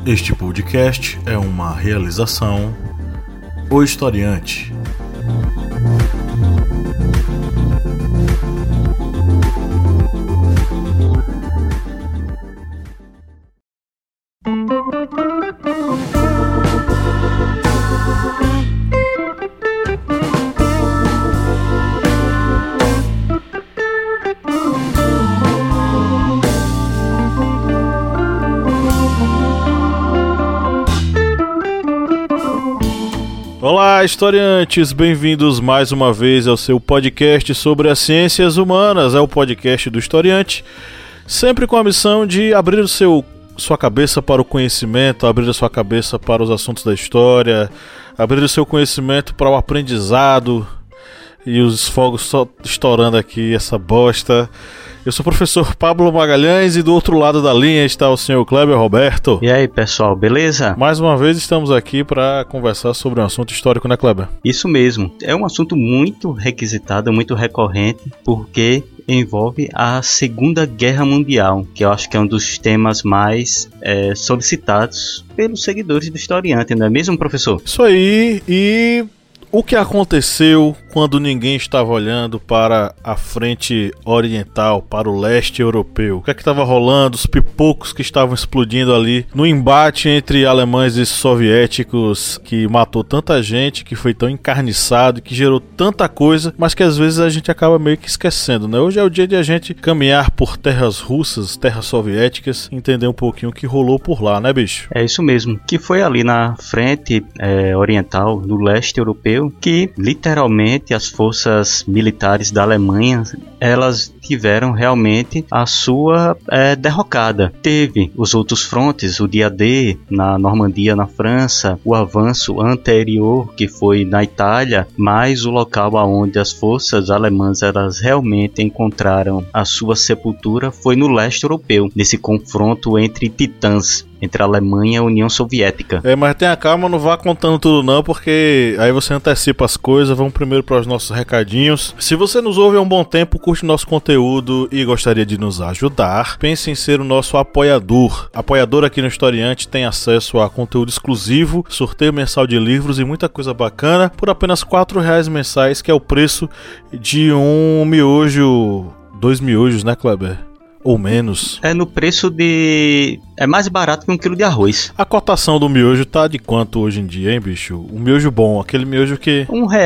Este podcast é uma realização O Historiante. Olá, historiantes! Bem-vindos mais uma vez ao seu podcast sobre as ciências humanas. É o podcast do Historiante, sempre com a missão de abrir sua cabeça para o conhecimento, abrir a sua cabeça para os assuntos da história, abrir o seu conhecimento para o aprendizado. E os fogos só estourando aqui, essa bosta. Eu sou o professor Pablo Magalhães e do outro lado da linha está o senhor Kleber Roberto. E aí, pessoal, beleza? Mais uma vez estamos aqui para conversar sobre um assunto histórico, né, Kleber? Isso mesmo. É um assunto muito requisitado, muito recorrente, porque envolve a Segunda Guerra Mundial, que eu acho que é um dos temas mais solicitados pelos seguidores do Historiante, não é mesmo, professor? Isso aí, e o que aconteceu quando ninguém estava olhando para a frente oriental, para o leste europeu? O que é que estava rolando? Os pipocos que estavam explodindo ali no embate entre alemães e soviéticos, que matou tanta gente, que foi tão encarniçado, que gerou tanta coisa, mas que às vezes a gente acaba meio que esquecendo, né? Hoje é o dia de a gente caminhar por terras russas, terras soviéticas, entender um pouquinho o que rolou por lá, né, bicho? É isso mesmo, que foi ali na frente oriental, no leste europeu, que literalmente as forças militares da Alemanha, elas tiveram realmente a sua derrocada. Teve os outros frontes, o dia D na Normandia, na França, o avanço anterior que foi na Itália, mas o local onde as forças alemãs elas realmente encontraram a sua sepultura foi no leste europeu, nesse confronto entre titãs, entre a Alemanha e a União Soviética. Mas tenha calma, não vá contando tudo não, porque aí você antecipa as coisas. Vamos primeiro para os nossos recadinhos. Se você nos ouve há um bom tempo, curte nosso conteúdo e gostaria de nos ajudar, pense em ser o nosso apoiador. Apoiador aqui no Historiante tem acesso a conteúdo exclusivo, sorteio mensal de livros e muita coisa bacana por apenas R$4 mensais, que é o preço de um miojo, 2 miojos, né, Kleber? Ou menos. É no preço de... é mais barato que 1 quilo de arroz. A cotação do miojo tá de quanto hoje em dia, hein, bicho? Um miojo bom, aquele miojo que...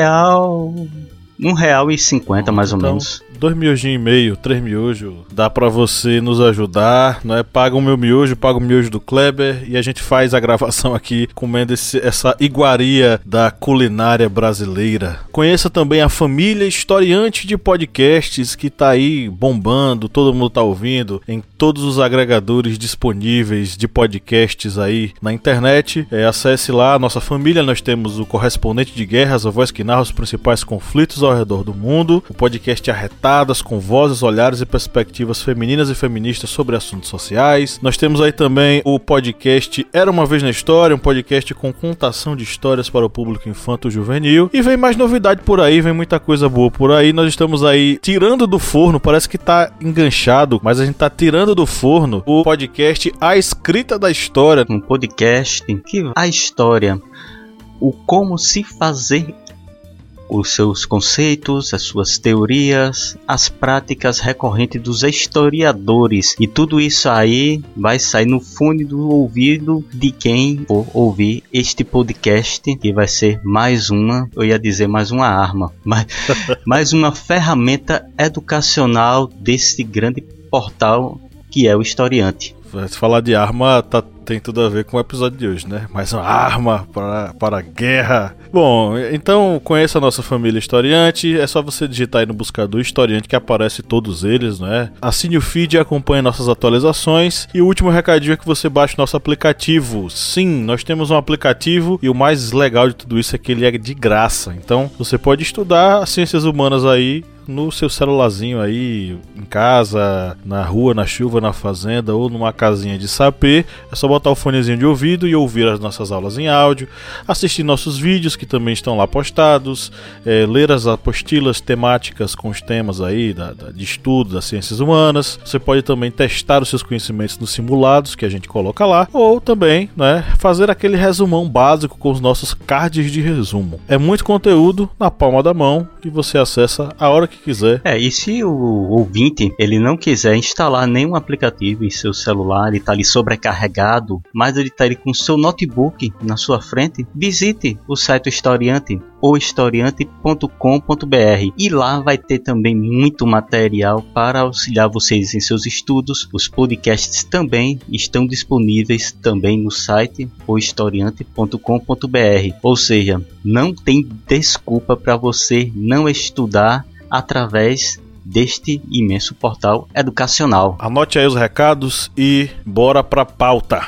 R$1,50 mais ou menos. 2 miojinhos e meio, 3 miojos, dá pra você nos ajudar, não é? Paga o meu miojo, paga o miojo do Kleber e a gente faz a gravação aqui comendo essa iguaria da culinária brasileira. Conheça também a família Historiante de podcasts que tá aí bombando, todo mundo tá ouvindo em todos os agregadores disponíveis de podcasts aí na internet. Acesse lá a nossa família, nós temos o Correspondente de Guerras, a voz que narra os principais conflitos ao redor do mundo, o podcast Arretado, com vozes, olhares e perspectivas femininas e feministas sobre assuntos sociais. Nós temos aí também o podcast Era Uma Vez na História, um podcast com contação de histórias para o público infanto-juvenil. E vem mais novidade por aí, vem muita coisa boa por aí. Nós estamos aí tirando do forno, parece que tá enganchado, mas a gente tá tirando do forno o podcast A Escrita da História. Um podcast que a história, o como se fazer, os seus conceitos, as suas teorias, as práticas recorrentes dos historiadores. E tudo isso aí vai sair no fone do ouvido de quem for ouvir este podcast, que vai ser mais uma arma, mas mais uma ferramenta educacional desse grande portal que é o Historiante. Se falar de arma, tem tudo a ver com o episódio de hoje, né? Mais uma arma para a guerra. Bom, então conheça a nossa família Historiante. É só você digitar aí no buscador Historiante que aparece todos eles, né? Assine o feed e acompanhe nossas atualizações. E o último recadinho é que você baixe nosso aplicativo. Sim, nós temos um aplicativo e o mais legal de tudo isso é que ele é de graça. Então você pode estudar ciências humanas aí no seu celularzinho aí, em casa, na rua, na chuva, na fazenda ou numa casinha de sapê. É só botar o fonezinho de ouvido e ouvir as nossas aulas em áudio, assistir nossos vídeos que também estão lá postados, ler as apostilas temáticas com os temas aí de estudo das ciências humanas. Você pode também testar os seus conhecimentos nos simulados que a gente coloca lá, ou também, né, fazer aquele resumão básico com os nossos cards de resumo. É muito conteúdo na palma da mão e você acessa a hora que quiser. E se o ouvinte ele não quiser instalar nenhum aplicativo em seu celular, ele está ali sobrecarregado, mas ele está ali com o seu notebook na sua frente, visite o site Historiante ou historiante.com.br e lá vai ter também muito material para auxiliar vocês em seus estudos. Os podcasts também estão disponíveis também no site ou historiante.com.br, ou seja, não tem desculpa para você não estudar através deste imenso portal educacional. Anote aí os recados e bora pra pauta.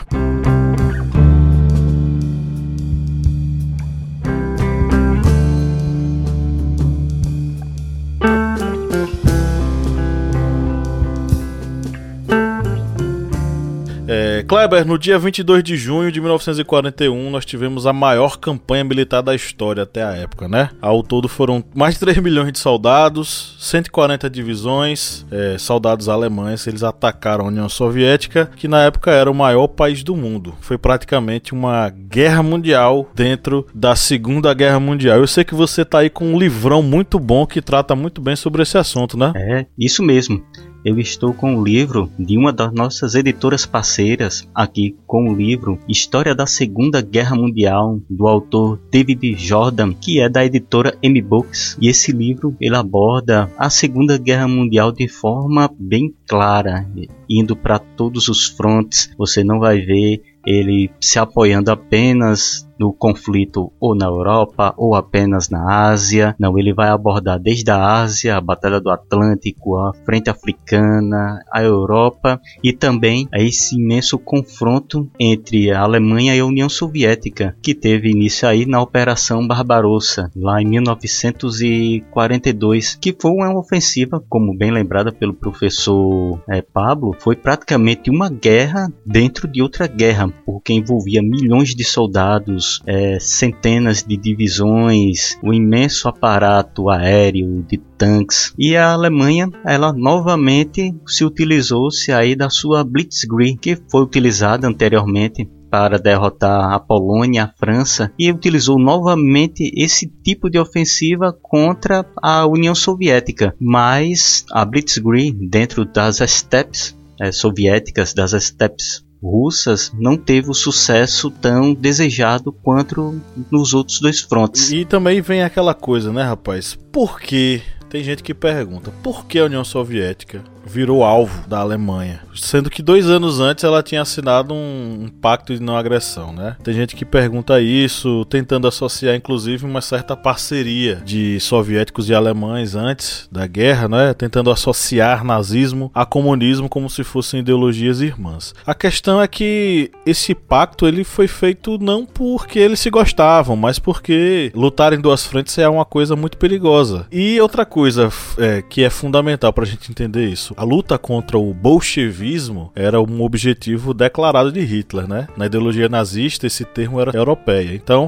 Kleber, no dia 22 de junho de 1941, nós tivemos a maior campanha militar da história até a época, né? Ao todo foram mais de 3 milhões de soldados, 140 divisões, soldados alemães, eles atacaram a União Soviética, que na época era o maior país do mundo. Foi praticamente uma guerra mundial dentro da Segunda Guerra Mundial. Eu sei que você tá aí com um livrão muito bom que trata muito bem sobre esse assunto, né? Isso mesmo. Eu estou com o livro de uma das nossas editoras parceiras, aqui com o livro História da Segunda Guerra Mundial, do autor David Jordan, que é da editora M-Books. E esse livro ele aborda a Segunda Guerra Mundial de forma bem clara, indo para todos os frontes. Você não vai ver ele se apoiando apenas no conflito ou na Europa ou apenas na Ásia. Não, ele vai abordar desde a Ásia, a Batalha do Atlântico, a Frente Africana, a Europa e também esse imenso confronto entre a Alemanha e a União Soviética, que teve início aí na Operação Barbarossa, lá em 1942, que foi uma ofensiva, como bem lembrada pelo professor Pablo, foi praticamente uma guerra dentro de outra guerra, porque envolvia milhões de soldados, centenas de divisões, um imenso aparato aéreo de tanques. E a Alemanha, ela novamente se utilizou-se aí da sua Blitzkrieg, que foi utilizada anteriormente para derrotar a Polônia, a França, e utilizou novamente esse tipo de ofensiva contra a União Soviética. Mas a Blitzkrieg, dentro das steppes soviéticas, das steppes russas, não teve o sucesso tão desejado quanto nos outros dois frontes. E também vem aquela coisa, né, rapaz? Por que? Tem gente que pergunta, por que a União Soviética virou alvo da Alemanha? Sendo que 2 anos antes ela tinha assinado um pacto de não agressão, né? Tem gente que pergunta isso, tentando associar inclusive uma certa parceria de soviéticos e alemães antes da guerra, né? Tentando associar nazismo a comunismo como se fossem ideologias irmãs. A questão é que esse pacto ele foi feito não porque eles se gostavam, mas porque lutar em 2 frentes é uma coisa muito perigosa. E outra coisa que é fundamental para a gente entender isso, a luta contra o bolchevismo era um objetivo declarado de Hitler, né? Na ideologia nazista esse termo era europeia. Então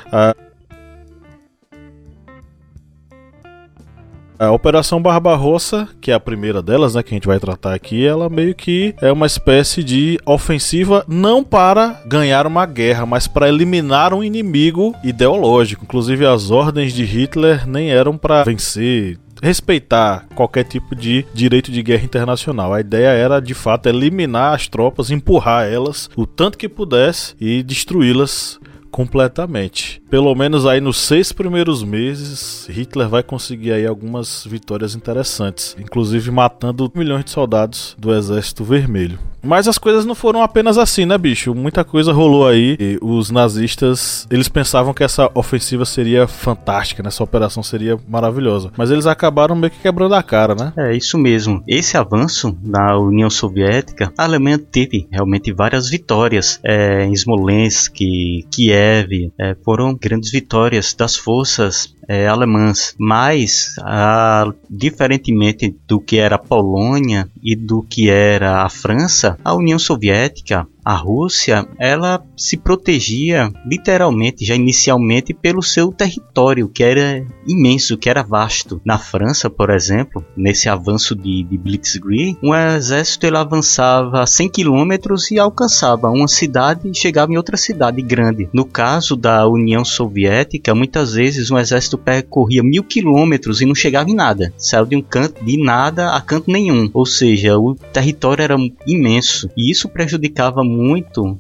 a Operação Barbarossa, que é a primeira delas, né, que a gente vai tratar aqui, ela meio que é uma espécie de ofensiva não para ganhar uma guerra, mas para eliminar um inimigo ideológico. Inclusive as ordens de Hitler nem eram para vencer, respeitar qualquer tipo de direito de guerra internacional. A ideia era, de fato, eliminar as tropas, empurrar elas o tanto que pudesse e destruí-las completamente. Pelo menos aí nos 6 primeiros meses, Hitler vai conseguir aí algumas vitórias interessantes, inclusive matando milhões de soldados do Exército Vermelho. Mas as coisas não foram apenas assim, né, bicho? Muita coisa rolou aí. E os nazistas, eles pensavam que essa ofensiva seria fantástica, né? Essa operação seria maravilhosa. Mas eles acabaram meio que quebrando a cara, né? É isso mesmo. Esse avanço na União Soviética, a Alemanha teve realmente várias vitórias. Em Smolensk, Kiev, foram grandes vitórias das forças alemãs, mas diferentemente do que era a Polônia e do que era a França, a União Soviética, a Rússia, ela se protegia literalmente, já inicialmente, pelo seu território, que era imenso, que era vasto. Na França, por exemplo, nesse avanço de Blitzkrieg, um exército ele avançava 100 km e alcançava uma cidade e chegava em outra cidade grande. No caso da União Soviética, muitas vezes um exército percorria 1000 km e não chegava em nada. Saiu de um canto de nada a canto nenhum. Ou seja, o território era imenso e isso prejudicava muito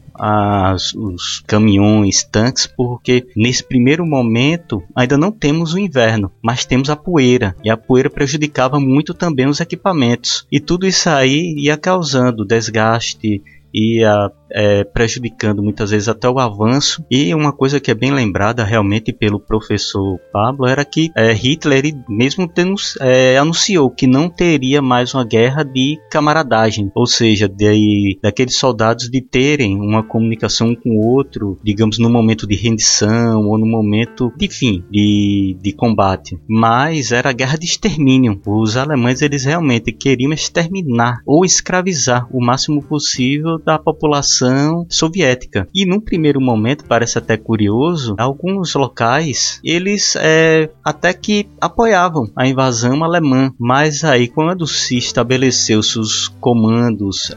os caminhões, tanques, porque nesse primeiro momento ainda não temos o inverno, mas temos a poeira, e a poeira prejudicava muito também os equipamentos, e tudo isso aí ia causando desgaste, ia prejudicando muitas vezes até o avanço. E uma coisa que é bem lembrada realmente pelo professor Pablo era que Hitler ele mesmo anunciou que não teria mais uma guerra de camaradagem, ou seja, daqueles soldados de terem uma comunicação um com o outro, digamos no momento de rendição ou no momento de combate, mas era a guerra de extermínio. Os alemães eles realmente queriam exterminar ou escravizar o máximo possível da população soviética. E num primeiro momento, parece até curioso, alguns locais eles até que apoiavam a invasão alemã, mas aí quando se estabeleceu os comandos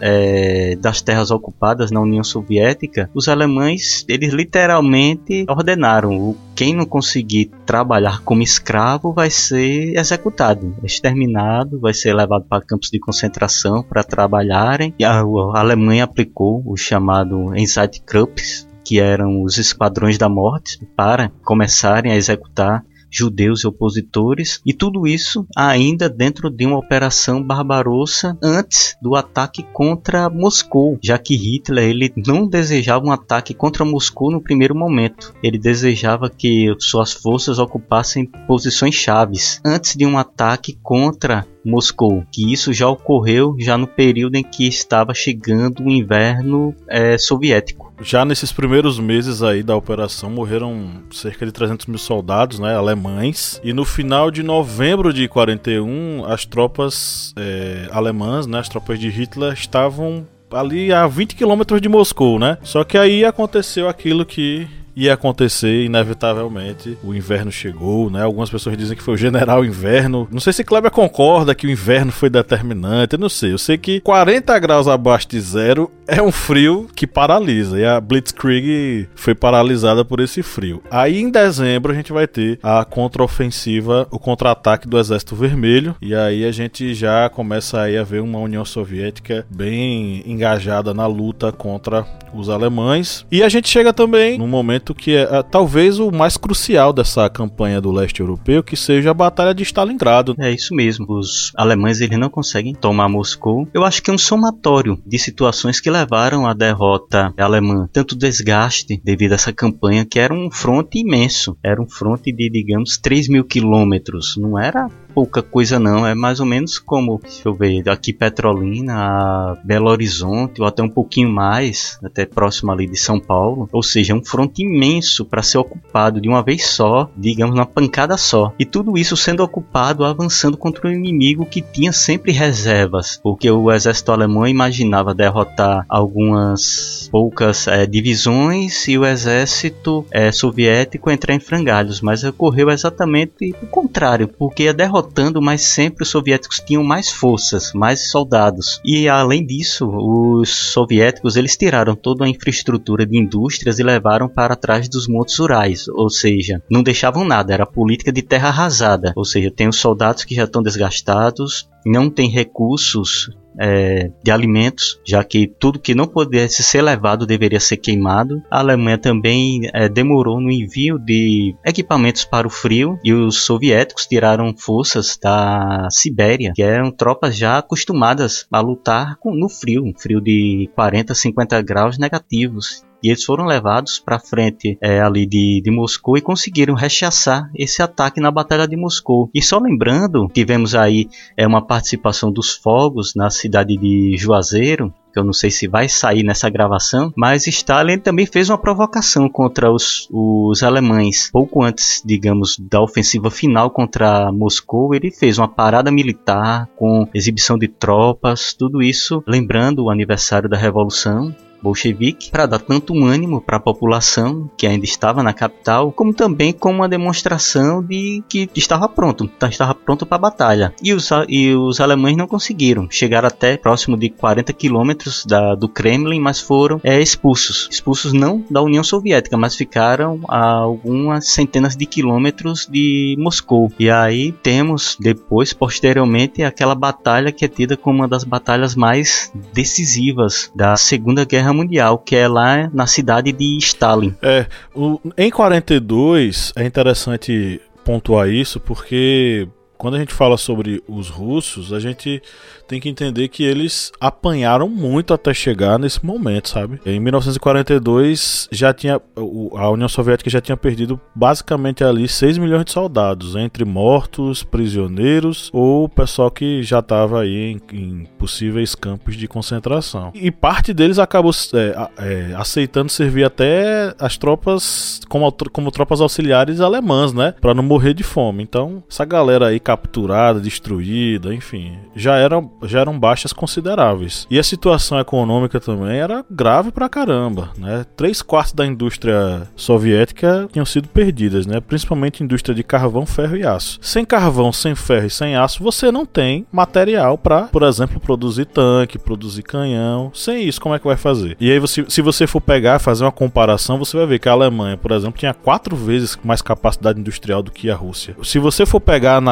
das terras ocupadas na União Soviética, os alemães eles literalmente ordenaram: quem não conseguir trabalhar como escravo vai ser executado, exterminado, vai ser levado para campos de concentração para trabalharem. E a Alemanha aplicou o chamado Einsatzgruppen, que eram os esquadrões da morte, para começarem a executar judeus e opositores, e tudo isso ainda dentro de uma operação Barbarossa antes do ataque contra Moscou, já que Hitler ele não desejava um ataque contra Moscou no primeiro momento. Ele desejava que suas forças ocupassem posições chaves antes de um ataque contra Moscou, que isso já ocorreu já no período em que estava chegando o inverno soviético. Já nesses primeiros meses aí da operação morreram cerca de 300 mil soldados, né, alemães, e no final de novembro de 41 as tropas alemãs, né, as tropas de Hitler estavam ali a 20 km de Moscou, né? Só que aí aconteceu aquilo que ia acontecer inevitavelmente. O inverno chegou, né? Algumas pessoas dizem que foi o general inverno. Não sei se Kleber concorda que o inverno foi determinante, eu não sei. Eu sei que 40 graus abaixo de zero é um frio que paralisa, e a Blitzkrieg foi paralisada por esse frio. Aí em dezembro a gente vai ter a contraofensiva, o contra-ataque do Exército Vermelho, e aí a gente já começa aí a ver uma União Soviética bem engajada na luta contra os alemães. E a gente chega também num momento que é talvez o mais crucial dessa campanha do leste europeu, que seja a Batalha de Stalingrado. É isso mesmo, os alemães eles não conseguem tomar Moscou. Eu acho que é um somatório de situações que levaram à derrota alemã, tanto desgaste devido a essa campanha, que era um fronte imenso, era um fronte de, digamos, 3.000 quilômetros, não era pouca coisa não, é mais ou menos como, deixa eu ver, aqui Petrolina, a Belo Horizonte, ou até um pouquinho mais, até próximo ali de São Paulo, ou seja, um fronte imenso para ser ocupado de uma vez só, digamos, numa pancada só, e tudo isso sendo ocupado, avançando contra um inimigo que tinha sempre reservas, porque o exército alemão imaginava derrotar algumas poucas divisões e o exército soviético entrar em frangalhos, mas ocorreu exatamente o contrário, porque a derrotando, mas sempre os soviéticos tinham mais forças, mais soldados. E além disso, os soviéticos eles tiraram toda a infraestrutura de indústrias e levaram para trás dos montes Urais, ou seja, não deixavam nada, era política de terra arrasada, ou seja, tem os soldados que já estão desgastados, não tem recursos de alimentos, já que tudo que não pudesse ser levado deveria ser queimado. A Alemanha também demorou no envio de equipamentos para o frio, e os soviéticos tiraram forças da Sibéria, que eram tropas já acostumadas a lutar no frio, um frio de 40, 50 graus negativos. e eles foram levados para frente ali de Moscou e conseguiram rechaçar esse ataque na Batalha de Moscou. E só lembrando, tivemos aí uma participação dos fogos na cidade de Juazeiro, que eu não sei se vai sair nessa gravação, mas Stalin também fez uma provocação contra os alemães. Pouco antes, digamos, da ofensiva final contra Moscou, ele fez uma parada militar com exibição de tropas, tudo isso lembrando o aniversário da Revolução bolchevique, para dar tanto ânimo para a população que ainda estava na capital, como também como uma demonstração de que estava pronto para a batalha. E os alemães não conseguiram, chegaram até próximo de 40 quilômetros do Kremlin, mas foram expulsos não da União Soviética, mas ficaram a algumas centenas de quilômetros de Moscou. E aí temos depois, posteriormente, aquela batalha que é tida como uma das batalhas mais decisivas da Segunda Guerra Mundial, que é lá na cidade de Stalin. Em 42 é interessante pontuar isso, porque quando a gente fala sobre os russos, a gente tem que entender que eles apanharam muito até chegar nesse momento, sabe? Em 1942 a União Soviética já tinha perdido basicamente ali 6 milhões de soldados, entre mortos, prisioneiros ou pessoal que já estava aí em possíveis campos de concentração. E parte deles acabou aceitando servir até as tropas como tropas auxiliares alemãs, né? Para não morrer de fome. Então, essa galera aí capturada, destruída, enfim, já eram baixas consideráveis. E a situação econômica também era grave pra caramba, né? 3/4 da indústria soviética tinham sido perdidas, né? Principalmente indústria de carvão, ferro e aço. Sem carvão, sem ferro e sem aço, você não tem material para, por exemplo, produzir tanque, produzir canhão. Sem isso, como é que vai fazer? E aí, se você for pegar, fazer uma comparação, você vai ver que a Alemanha, por exemplo, tinha 4 vezes mais capacidade industrial do que a Rússia. Se você for pegar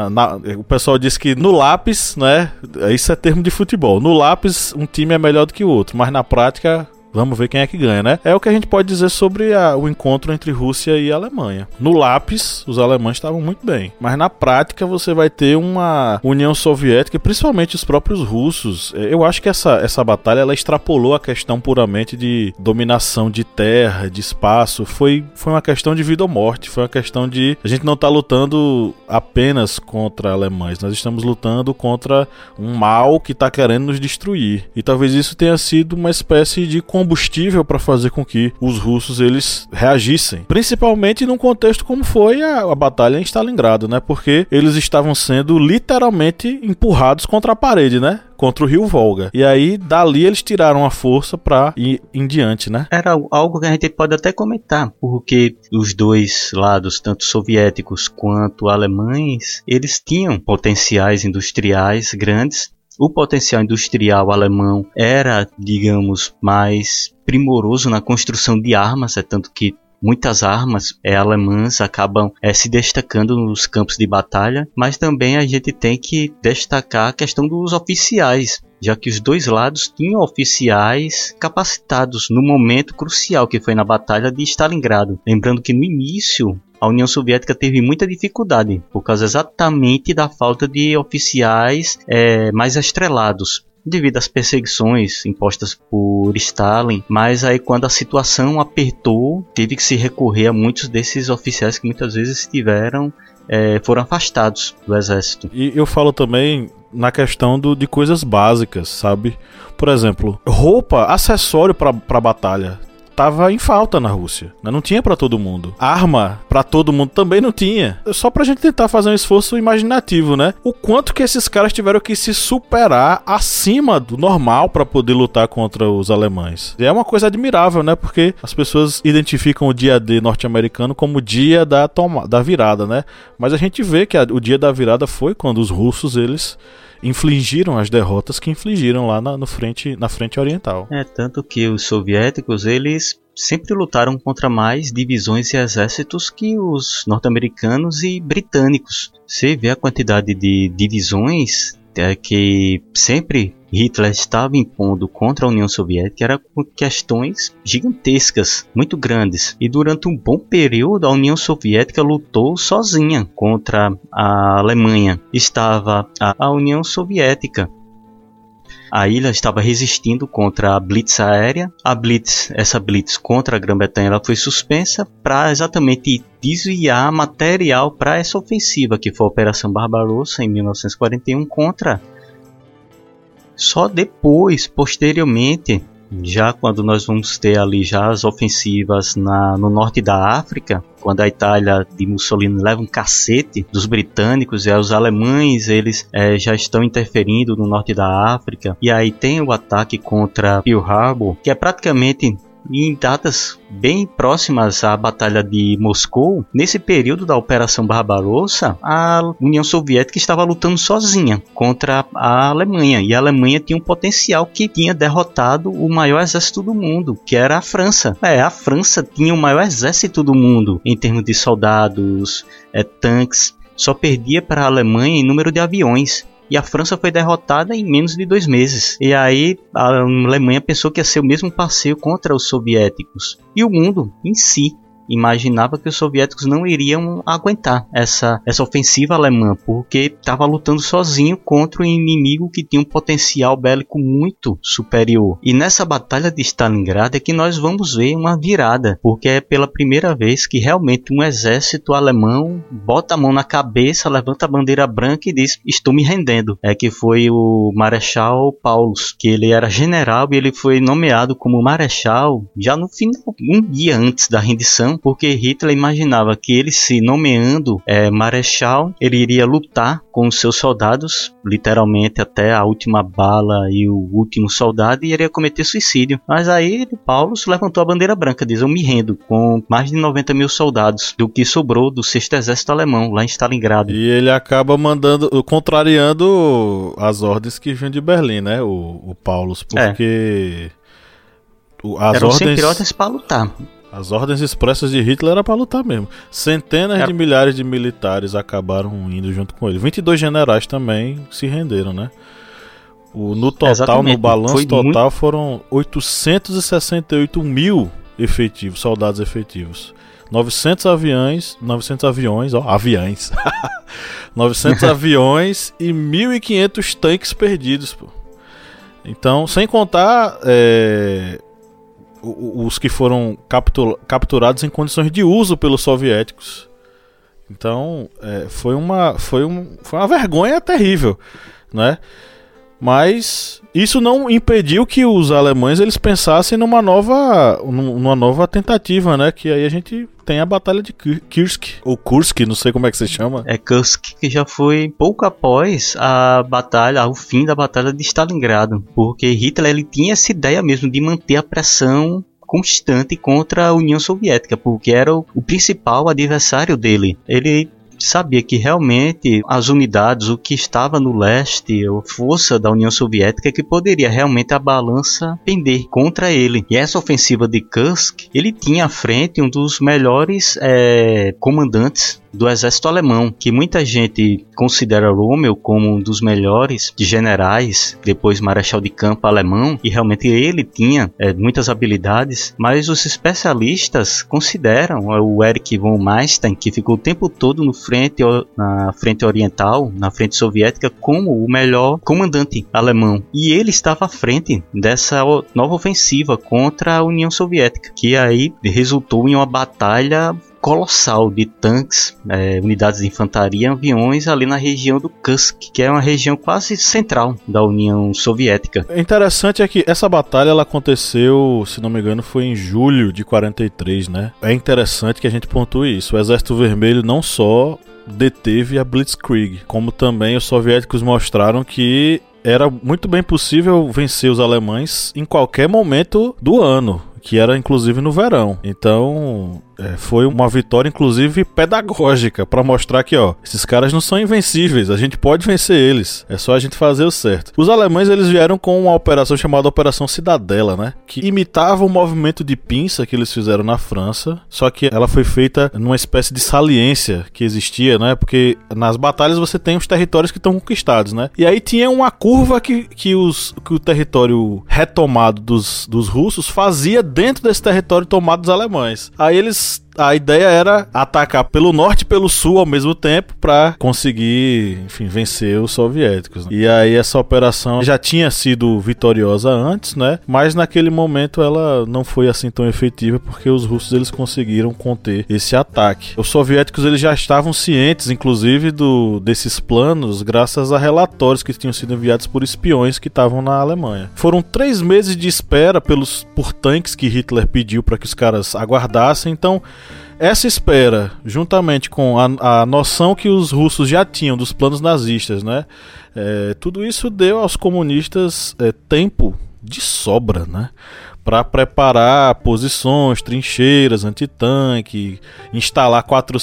o pessoal diz que no lápis, né? Isso é termo de futebol. No lápis, um time é melhor do que o outro, mas na prática, vamos ver quem é que ganha, né? É o que a gente pode dizer sobre o encontro entre Rússia e Alemanha. No lápis, os alemães estavam muito bem. Mas na prática, você vai ter uma União Soviética e principalmente os próprios russos. Eu acho que essa batalha, ela extrapolou a questão puramente de dominação de terra, de espaço. Foi uma questão de vida ou morte. Foi uma questão de... A gente não está lutando apenas contra alemães. Nós estamos lutando contra um mal que está querendo nos destruir. E talvez isso tenha sido uma espécie de combustível para fazer com que os russos eles reagissem, principalmente num contexto como foi a batalha em Stalingrado, né? Porque eles estavam sendo literalmente empurrados contra a parede, né? Contra o rio Volga. E aí, dali, eles tiraram a força pra ir em diante, né? Era algo que a gente pode até comentar, porque os dois lados, tanto soviéticos quanto alemães, eles tinham potenciais industriais grandes. O potencial industrial alemão era, digamos, mais primoroso na construção de armas, tanto que muitas armas alemãs acabam se destacando nos campos de batalha, mas também a gente tem que destacar a questão dos oficiais, já que os dois lados tinham oficiais capacitados no momento crucial que foi na Batalha de Stalingrado. Lembrando que no início a União Soviética teve muita dificuldade, por causa exatamente da falta de oficiais mais estrelados, devido às perseguições impostas por Stalin. Mas aí, quando a situação apertou, teve que se recorrer a muitos desses oficiais que muitas vezes foram afastados do exército. E eu falo também na questão de coisas básicas, sabe? Por exemplo, roupa, acessório para batalha. Tava em falta na Rússia, né? Não tinha pra todo mundo. Arma pra todo mundo também não tinha. Só pra gente tentar fazer um esforço imaginativo, né? O quanto que esses caras tiveram que se superar acima do normal pra poder lutar contra os alemães. E é uma coisa admirável, né? Porque as pessoas identificam o dia D norte-americano como o dia da virada, né? Mas a gente vê que o dia da virada foi quando os russos, eles infligiram as derrotas que infligiram lá na frente oriental. Tanto que os soviéticos, eles sempre lutaram contra mais divisões e exércitos que os norte-americanos e britânicos. Você vê a quantidade de divisões que sempre Hitler estava impondo contra a União Soviética, era com questões gigantescas, muito grandes. E durante um bom período a União Soviética lutou sozinha contra a Alemanha. Estava a União Soviética A ilha estava resistindo contra a Blitz aérea. Essa Blitz contra a Grã-Bretanha, ela foi suspensa para exatamente desviar material para essa ofensiva, que foi a Operação Barbarossa em 1941 contra. Só depois, posteriormente, já quando nós vamos ter ali já as ofensivas no norte da África, quando a Itália de Mussolini leva um cacete dos britânicos, e aí os alemães eles já estão interferindo no norte da África, e aí tem o ataque contra Pearl Harbor, que é praticamente em datas bem próximas à Batalha de Moscou. Nesse período da Operação Barbarossa, a União Soviética estava lutando sozinha contra a Alemanha, e a Alemanha tinha um potencial que tinha derrotado o maior exército do mundo, que era a França. A França tinha o maior exército do mundo em termos de soldados, tanques, só perdia para a Alemanha em número de aviões. E a França foi derrotada em menos de 2 meses. E aí a Alemanha pensou que ia ser o mesmo passeio contra os soviéticos. E o mundo em si imaginava que os soviéticos não iriam aguentar essa ofensiva alemã, porque estava lutando sozinho contra um inimigo que tinha um potencial bélico muito superior. E nessa batalha de Stalingrado é que nós vamos ver uma virada, porque é pela primeira vez que realmente um exército alemão bota a mão na cabeça, levanta a bandeira branca e diz: estou me rendendo. Que foi o Marechal Paulus, que ele era general e ele foi nomeado como marechal já no final, um dia antes da rendição, porque Hitler imaginava que ele, se nomeando marechal, ele iria lutar com os seus soldados, literalmente até a última bala e o último soldado, e iria cometer suicídio. Mas aí Paulus levantou a bandeira branca, diz: eu me rendo, com mais de 90 mil soldados do que sobrou do 6º Exército Alemão, lá em Stalingrado. E ele acaba contrariando as ordens que vinham de Berlim, né, o Paulus, porque eram sempre ordens para lutar. As ordens expressas de Hitler era para lutar mesmo. Centenas de milhares de militares acabaram indo junto com ele. 22 generais também se renderam, né? No total, no balanço total, foram 868 mil efetivos, soldados efetivos. 900 aviões, 900 aviões e 1.500 tanques perdidos, pô. Então, sem contar os que foram capturados em condições de uso pelos soviéticos. Então, foi uma vergonha terrível, né? Mas isso não impediu que os alemães eles pensassem numa nova tentativa, né? Que aí a gente tem a Batalha de Kursk, ou Kursk, não sei como é que se chama. Kursk, que já foi pouco após o fim da Batalha de Stalingrado, porque Hitler ele tinha essa ideia mesmo de manter a pressão constante contra a União Soviética, porque era o principal adversário dele. Ele sabia que realmente as unidades, o que estava no leste, a força da União Soviética, que poderia realmente a balança pender contra ele. E essa ofensiva de Kursk, ele tinha à frente um dos melhores comandantes do exército alemão, que muita gente considera Rommel como um dos melhores generais, depois marechal de campo alemão, e realmente ele tinha muitas habilidades, mas os especialistas consideram o Erich von Manstein, que ficou o tempo todo na frente oriental, na frente soviética, como o melhor comandante alemão, e ele estava à frente dessa nova ofensiva contra a União Soviética, que aí resultou em uma batalha colossal de tanques, unidades de infantaria e aviões ali na região do Kursk, que é uma região quase central da União Soviética. O interessante é que essa batalha ela aconteceu, se não me engano, foi em julho de 43, né? É interessante que a gente pontue isso. O Exército Vermelho não só deteve a Blitzkrieg, como também os soviéticos mostraram que era muito bem possível vencer os alemães em qualquer momento do ano, que era inclusive no verão. Então foi uma vitória inclusive pedagógica para mostrar que esses caras não são invencíveis, a gente pode vencer eles, é só a gente fazer o certo. Os alemães eles vieram com uma operação chamada Operação Cidadela, né, que imitava o movimento de pinça que eles fizeram na França, só que ela foi feita numa espécie de saliência que existia, né, porque nas batalhas você tem os territórios que estão conquistados, né, e aí tinha uma curva que o território retomado dos russos fazia dentro desse território tomado dos alemães. Aí eles a ideia era atacar pelo norte e pelo sul ao mesmo tempo para conseguir, enfim, vencer os soviéticos, né? E aí essa operação já tinha sido vitoriosa antes, né? Mas naquele momento ela não foi assim tão efetiva porque os russos eles conseguiram conter esse ataque. Os soviéticos eles já estavam cientes, inclusive, desses planos graças a relatórios que tinham sido enviados por espiões que estavam na Alemanha. Foram 3 meses de espera por tanques que Hitler pediu para que os caras aguardassem. Então essa espera, juntamente com a noção que os russos já tinham dos planos nazistas, né? Tudo isso deu aos comunistas tempo de sobra, né? Para preparar posições, trincheiras, antitanque, instalar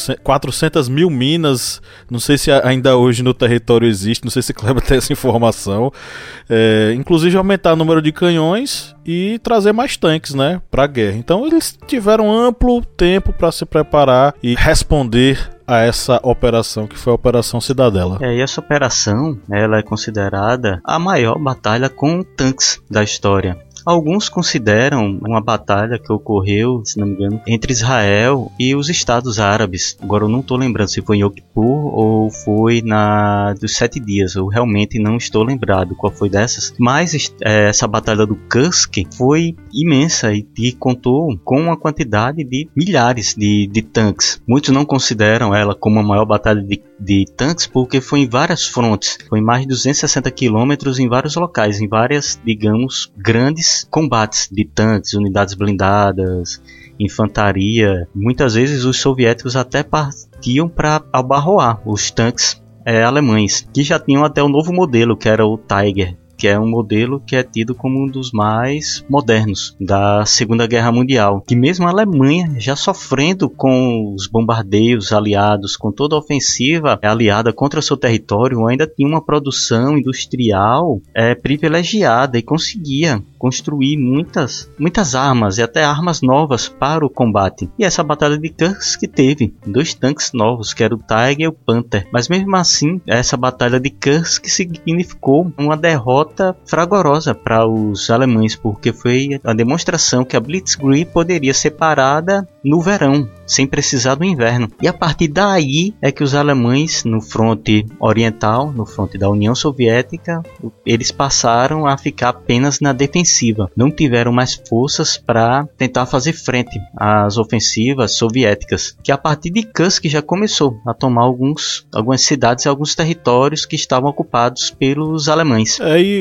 400 mil minas, não sei se ainda hoje no território existe, não sei se Kleber tem essa informação, inclusive aumentar o número de canhões e trazer mais tanques, né, para a guerra. Então eles tiveram amplo tempo para se preparar e responder a essa operação, que foi a Operação Cidadela. E essa operação, ela é considerada a maior batalha com tanques da história. Alguns consideram uma batalha que ocorreu, se não me engano, entre Israel e os Estados Árabes. Agora eu não estou lembrando se foi em Yom Kippur ou foi dos 7 dias. Eu realmente não estou lembrado qual foi dessas. Mas essa batalha do Kursk foi imensa e contou com uma quantidade de milhares de tanques. Muitos não consideram ela como a maior batalha de tanques porque foi em várias frontes. Foi em mais de 260 quilômetros em vários locais, em várias, digamos, grandes combates de tanques, unidades blindadas, infantaria. Muitas vezes os soviéticos até partiam para abarroar os tanques alemães, que já tinham até o novo modelo, que era o Tiger, que é um modelo que é tido como um dos mais modernos da Segunda Guerra Mundial, que mesmo a Alemanha já sofrendo com os bombardeios aliados, com toda a ofensiva aliada contra o seu território, ainda tinha uma produção industrial privilegiada e conseguia construir muitas armas e até armas novas para o combate. E essa batalha de Kursk teve 2 tanques novos, que era o Tiger e o Panther. Mas mesmo assim, essa batalha de Kursk significou uma derrota fragorosa para os alemães, porque foi a demonstração que a Blitzkrieg poderia ser parada no verão, sem precisar do inverno. E a partir daí é que os alemães, no fronte oriental, no fronte da União Soviética, eles passaram a ficar apenas na defensiva. Não tiveram mais forças para tentar fazer frente às ofensivas soviéticas, que a partir de Kursk já começou a tomar algumas cidades e alguns territórios que estavam ocupados pelos alemães.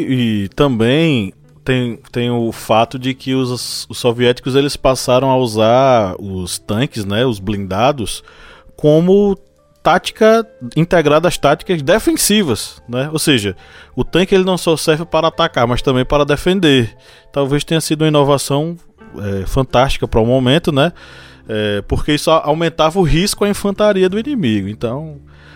E também tem o fato de que os soviéticos eles passaram a usar os tanques, né, os blindados, como tática integrada às táticas defensivas, né? Ou seja, o tanque ele não só serve para atacar, mas também para defender. Talvez tenha sido uma inovação fantástica para o momento, né? Porque isso aumentava o risco à infantaria do inimigo. Então,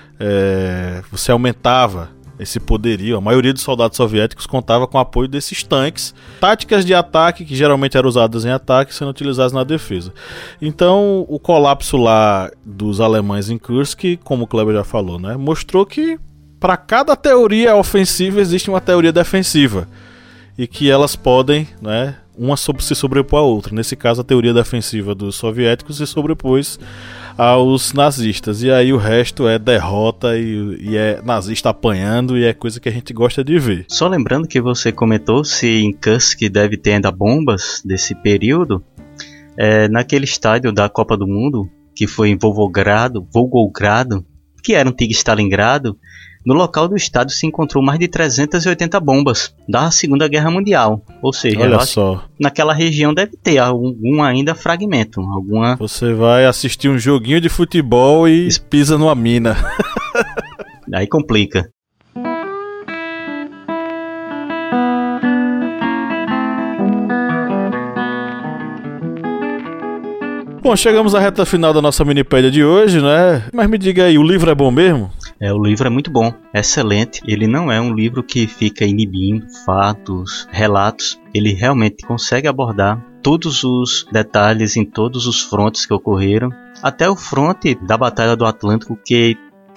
você aumentava esse poderio. A maioria dos soldados soviéticos contava com o apoio desses tanques. Táticas de ataque, que geralmente eram usadas em ataque, sendo utilizadas na defesa. Então, o colapso lá dos alemães em Kursk, como o Kleber já falou, né, mostrou que para cada teoria ofensiva existe uma teoria defensiva. E que elas podem, né, uma se sobrepor à outra. Nesse caso, a teoria defensiva dos soviéticos se sobrepôs aos nazistas. E aí o resto é derrota e é nazista apanhando, e é coisa que a gente gosta de ver. Só lembrando que você comentou se em Kursk deve ter ainda bombas desse período. Naquele estádio da Copa do Mundo, que foi em Volgogrado, que era antigo Stalingrado, no local do estádio se encontrou mais de 380 bombas da Segunda Guerra Mundial. Ou seja, olha só, naquela região deve ter algum ainda fragmento. Você vai assistir um joguinho de futebol e pisa numa mina. Aí complica. Bom, chegamos à reta final da nossa minipédia de hoje, né? Mas me diga aí, o livro é bom mesmo? O livro é muito bom, excelente. Ele não é um livro que fica inibindo fatos, relatos. Ele realmente consegue abordar todos os detalhes em todos os frontes que ocorreram. Até o fronte da Batalha do Atlântico, que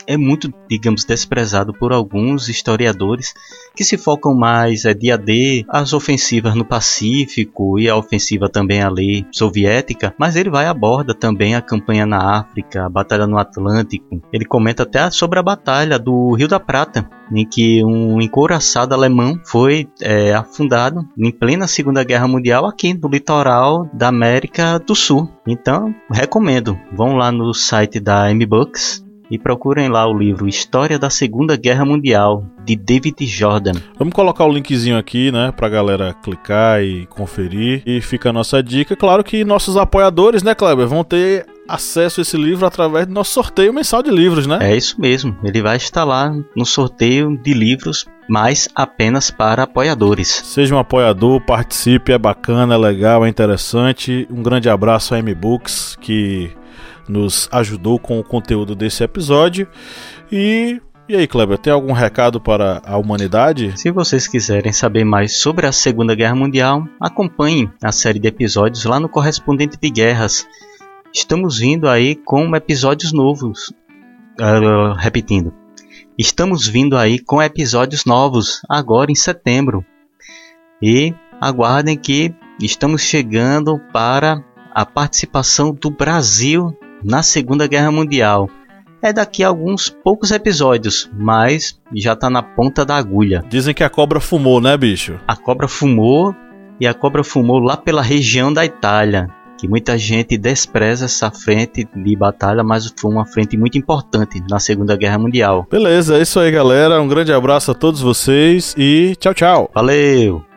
é muito, digamos, desprezado por alguns historiadores que se focam mais dia a dia, as ofensivas no Pacífico e a ofensiva também ali soviética, mas ele aborda também a campanha na África, a batalha no Atlântico. Ele comenta até sobre a batalha do Rio da Prata, em que um encouraçado alemão foi afundado em plena Segunda Guerra Mundial aqui no litoral da América do Sul. Então, recomendo. Vão lá no site da M-Books e procurem lá o livro História da Segunda Guerra Mundial, de David Jordan. Vamos colocar o linkzinho aqui, né, pra galera clicar e conferir. E fica a nossa dica. Claro que nossos apoiadores, né, Kleber, vão ter acesso a esse livro através do nosso sorteio mensal de livros, né? É isso mesmo. Ele vai estar lá no sorteio de livros, mas apenas para apoiadores. Seja um apoiador, participe, é bacana, é legal, é interessante. Um grande abraço à M-Books, que nos ajudou com o conteúdo desse episódio. E aí, Kleber, tem algum recado para a humanidade? Se vocês quiserem saber mais sobre a Segunda Guerra Mundial, acompanhem a série de episódios lá no Correspondente de Guerras. Estamos vindo aí com episódios novos. Repetindo. Estamos vindo aí com episódios novos, agora em setembro. E aguardem que estamos chegando para a participação do Brasil na Segunda Guerra Mundial. É daqui a alguns poucos episódios, mas já está na ponta da agulha. Dizem que a cobra fumou, né, bicho? A cobra fumou, e a cobra fumou lá pela região da Itália, que muita gente despreza essa frente de batalha, mas foi uma frente muito importante na Segunda Guerra Mundial. Beleza, é isso aí, galera. Um grande abraço a todos vocês e tchau, tchau. Valeu!